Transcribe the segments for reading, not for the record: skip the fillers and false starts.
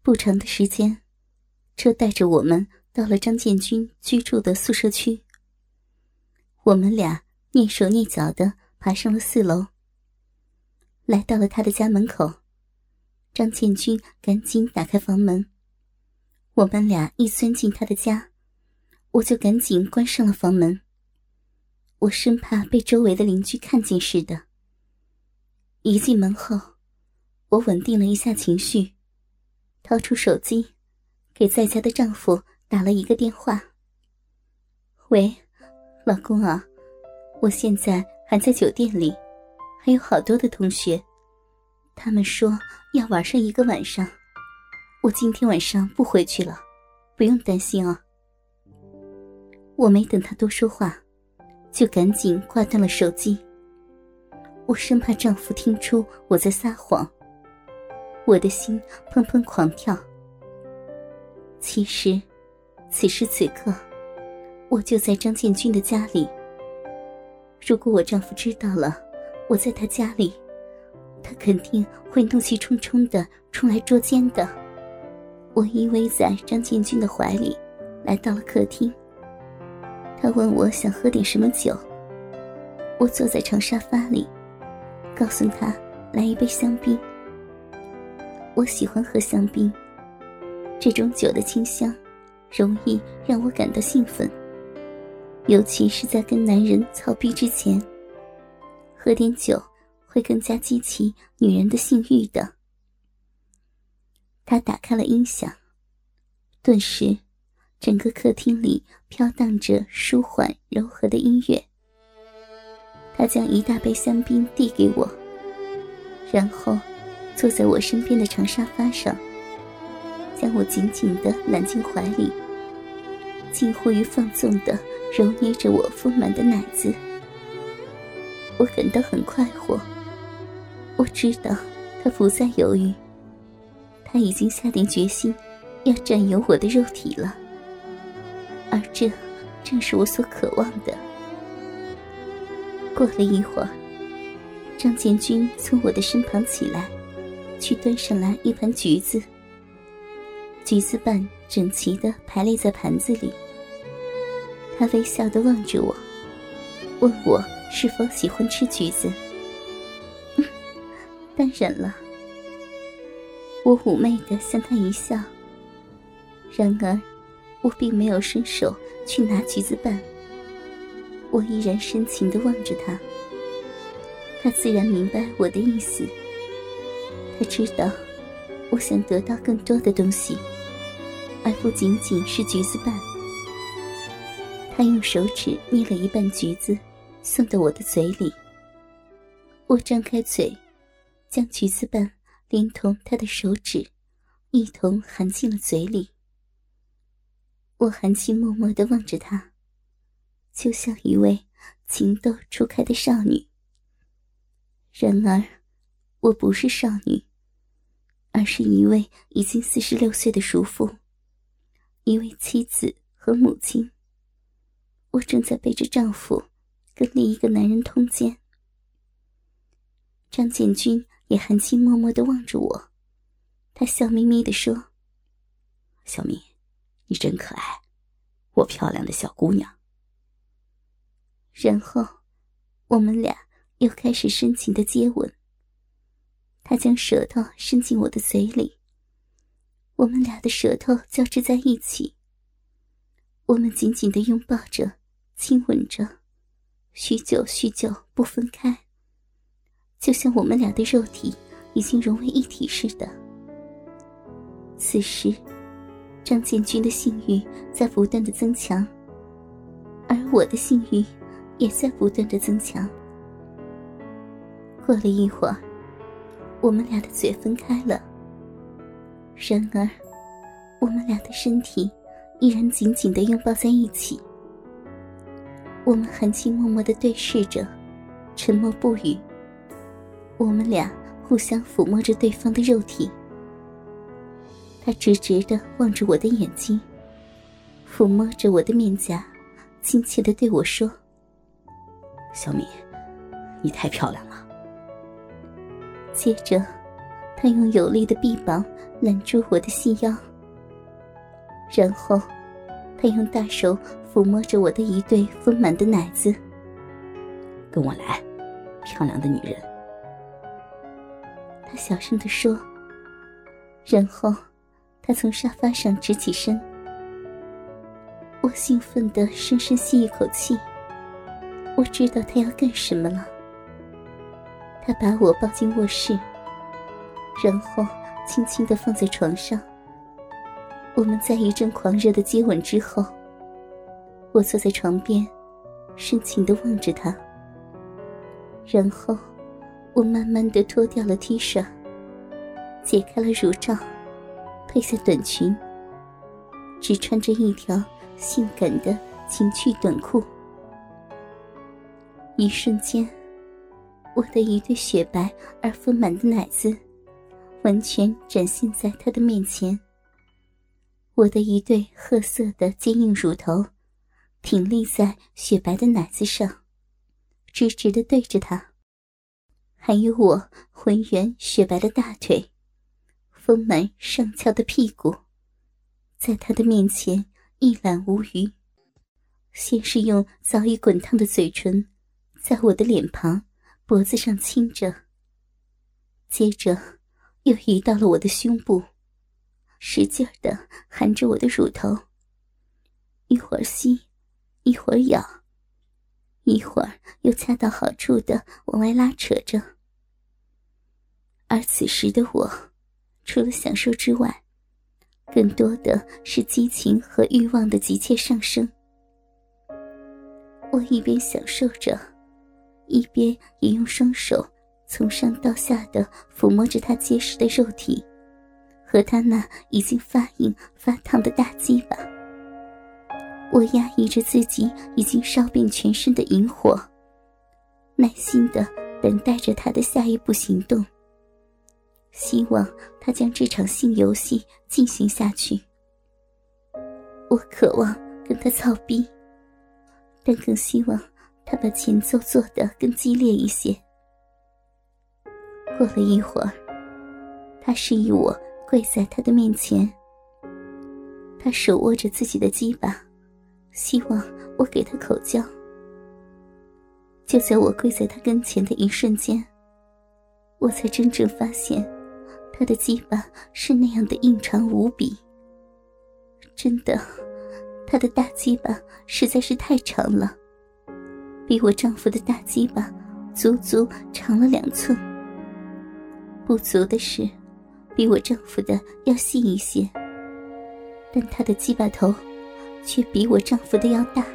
不长的时间，车带着我们到了张建军居住的宿舍区。我们俩蹑手蹑脚地爬上了4楼，来到了他的家门口。张建军赶紧打开房门，我们俩一钻进他的家，我就赶紧关上了房门。我生怕被周围的邻居看见似的。一进门后，我稳定了一下情绪，掏出手机，给在家的丈夫打了一个电话。喂，老公啊，我现在还在酒店里，还有好多的同学，他们说要玩上1个晚上，我今天晚上不回去了，不用担心啊。我没等他多说话，就赶紧挂断了手机。我生怕丈夫听出我在撒谎，我的心砰砰狂跳。其实此时此刻我就在张建军的家里，如果我丈夫知道了我在他家里，他肯定会怒气冲冲地冲来捉奸的。我依偎在张建军的怀里，来到了客厅。他问我想喝点什么酒，我坐在长沙发里，告诉他来一杯香槟。我喜欢喝香槟，这种酒的清香容易让我感到兴奋，尤其是在跟男人操逼之前，喝点酒会更加激起女人的性欲的。他打开了音响，顿时整个客厅里飘荡着舒缓柔和的音乐。他将一大杯香槟递给我，然后坐在我身边的长沙发上，将我紧紧地揽进怀里，近乎于放纵地揉捏着我丰满的奶子。我感到很快活，我知道他不再犹豫，他已经下定决心要占有我的肉体了，而这正是我所渴望的。过了一会儿，张建军从我的身旁起来，去端上来一盘橘子。橘子瓣整齐地排列在盘子里。他微笑地望着我，问我是否喜欢吃橘子。当然了。我妩媚地向他一笑，然而我并没有伸手去拿橘子瓣，我依然深情地望着他。他自然明白我的意思，他知道我想得到更多的东西，而不仅仅是橘子瓣。他用手指捏了一半橘子送到我的嘴里，我张开嘴，将橘子瓣连同他的手指一同含进了嘴里。我含情脉脉地望着他，就像一位情窦初开的少女。然而我不是少女，而是一位已经46岁的熟妇，一位妻子和母亲。我正在背着丈夫跟另一个男人通奸。张建军也含情脉脉地望着我，他笑眯眯地说： 小敏，你真可爱，我漂亮的小姑娘。 然后我们俩又开始深情的接吻。他将舌头伸进我的嘴里，我们俩的舌头交织在一起，我们紧紧地拥抱着，亲吻着，许久许久不分开，就像我们俩的肉体已经融为一体似的。此时张建军的性欲在不断的增强，而我的性欲也在不断的增强。过了一会儿，我们俩的嘴分开了，然而我们俩的身体依然紧紧地拥抱在一起。我们含情脉脉地对视着，沉默不语。我们俩互相抚摸着对方的肉体。他直直地望着我的眼睛，抚摸着我的面颊，亲切地对我说： 小敏，你太漂亮了。 接着他用有力的臂膀揽住我的细腰，然后他用大手抚摸着我的一对丰满的奶子。 跟我来，漂亮的女人。 他小声地说，然后他从沙发上直起身。我兴奋地深深吸一口气，我知道他要干什么了。他把我抱进卧室，然后轻轻地放在床上。我们在一阵狂热的接吻之后，我坐在床边，深情地望着他。然后我慢慢地脱掉了 T 恤，解开了乳罩，褪下短裙，只穿着一条性感的情趣短裤。一瞬间，我的一对雪白而丰满的奶子完全展现在他的面前。我的一对褐色的坚硬乳头挺立在雪白的奶子上，直直地对着他，还有我浑圆雪白的大腿，丰满上翘的屁股，在他的面前一览无余。先是用早已滚烫的嘴唇在我的脸庞、脖子上亲着，接着又移到了我的胸部，使劲地含着我的乳头，一会儿吸，一会儿咬，一会儿又恰到好处地往外拉扯着。而此时的我，除了享受之外，更多的是激情和欲望的急切上升。我一边享受着，一边也用双手从上到下的抚摸着他结实的肉体和他那已经发硬发烫的大鸡巴。我压抑着自己已经烧遍全身的淫火，耐心地等待着他的下一步行动，希望他将这场性游戏进行下去。我渴望跟他操逼，但更希望他把前奏做得更激烈一些。过了一会儿，他示意我跪在他的面前，他手握着自己的鸡巴，希望我给他口交。就在我跪在他跟前的一瞬间，我才真正发现他的鸡巴是那样的硬长无比。真的，他的大鸡巴实在是太长了，比我丈夫的大鸡巴足足长了2寸。不足的是，比我丈夫的要细一些，但他的鸡巴头却比我丈夫的要大。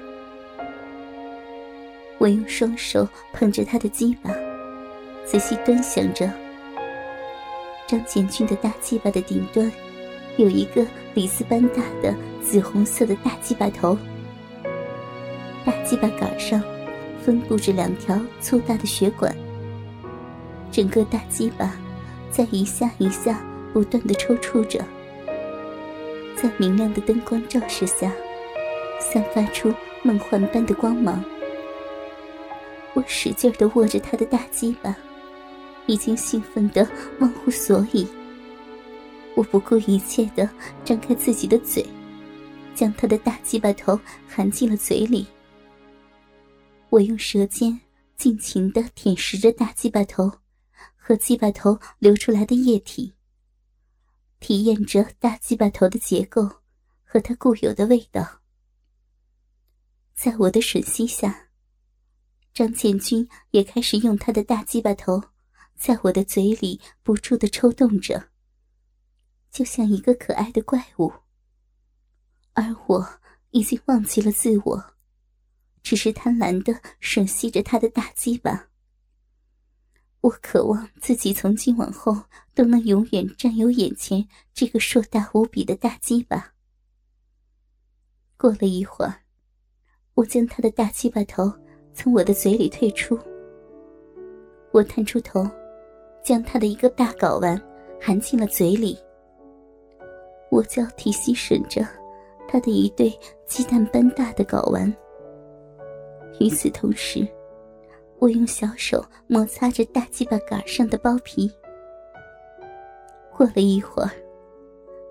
我用双手捧着他的鸡巴，仔细端详着。张建军的大鸡巴的顶端有一个李子般大的紫红色的大鸡巴头，大鸡巴杆上分布着2条粗大的血管，整个大鸡巴在一下一下不断地抽搐着，在明亮的灯光照射下散发出梦幻般的光芒。我使劲地握着他的大鸡巴，已经兴奋得忘乎所以。我不顾一切地张开自己的嘴，将他的大鸡巴头含进了嘴里。我用舌尖尽情地舔舐着大鸡巴头和鸡巴头流出来的液体，体验着大鸡巴头的结构和它固有的味道。在我的吮吸下，张建军也开始用他的大鸡巴头在我的嘴里不住地抽动着，就像一个可爱的怪物。而我已经忘记了自我，只是贪婪地吮吸着他的大鸡巴。我渴望自己从今往后都能永远占有眼前这个硕大无比的大鸡巴。过了一会儿，我将他的大鸡巴头从我的嘴里退出。我探出头，将他的一个大睾丸含进了嘴里。我交替吸吮着他的一对鸡蛋般大的睾丸。与此同时，我用小手摩擦着大鸡巴杆上的包皮。过了一会儿，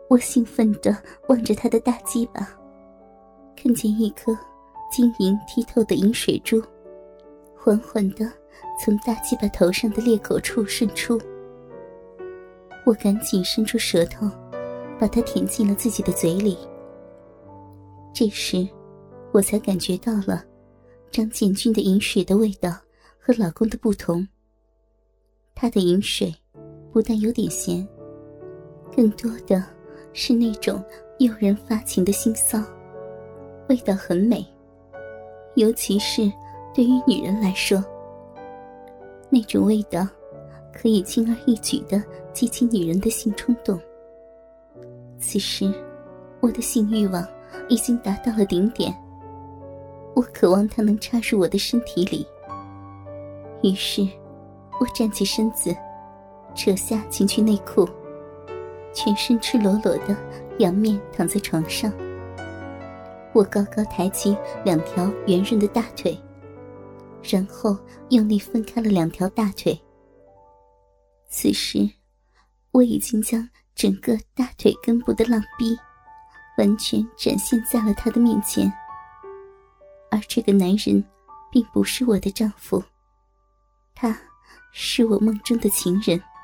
我兴奋地望着他的大鸡巴，看见一颗晶莹剔透的银水珠缓缓地从大鸡巴头上的裂口处渗出。我赶紧伸出舌头把它舔进了自己的嘴里。这时我才感觉到了张建军的饮水的味道和老公的不同。他的饮水不但有点咸，更多的是那种诱人发情的腥臊，味道很美，尤其是对于女人来说，那种味道可以轻而易举地激起女人的性冲动。此时我的性欲望已经达到了顶点，我渴望它能插入我的身体里。于是我站起身子，扯下情趣内裤，全身赤裸裸的仰面躺在床上。我高高抬起2条圆润的大腿，然后用力分开了2条大腿。此时我已经将整个大腿根部的浪逼完全展现在了他的面前。而这个男人并不是我的丈夫，他是我梦中的情人。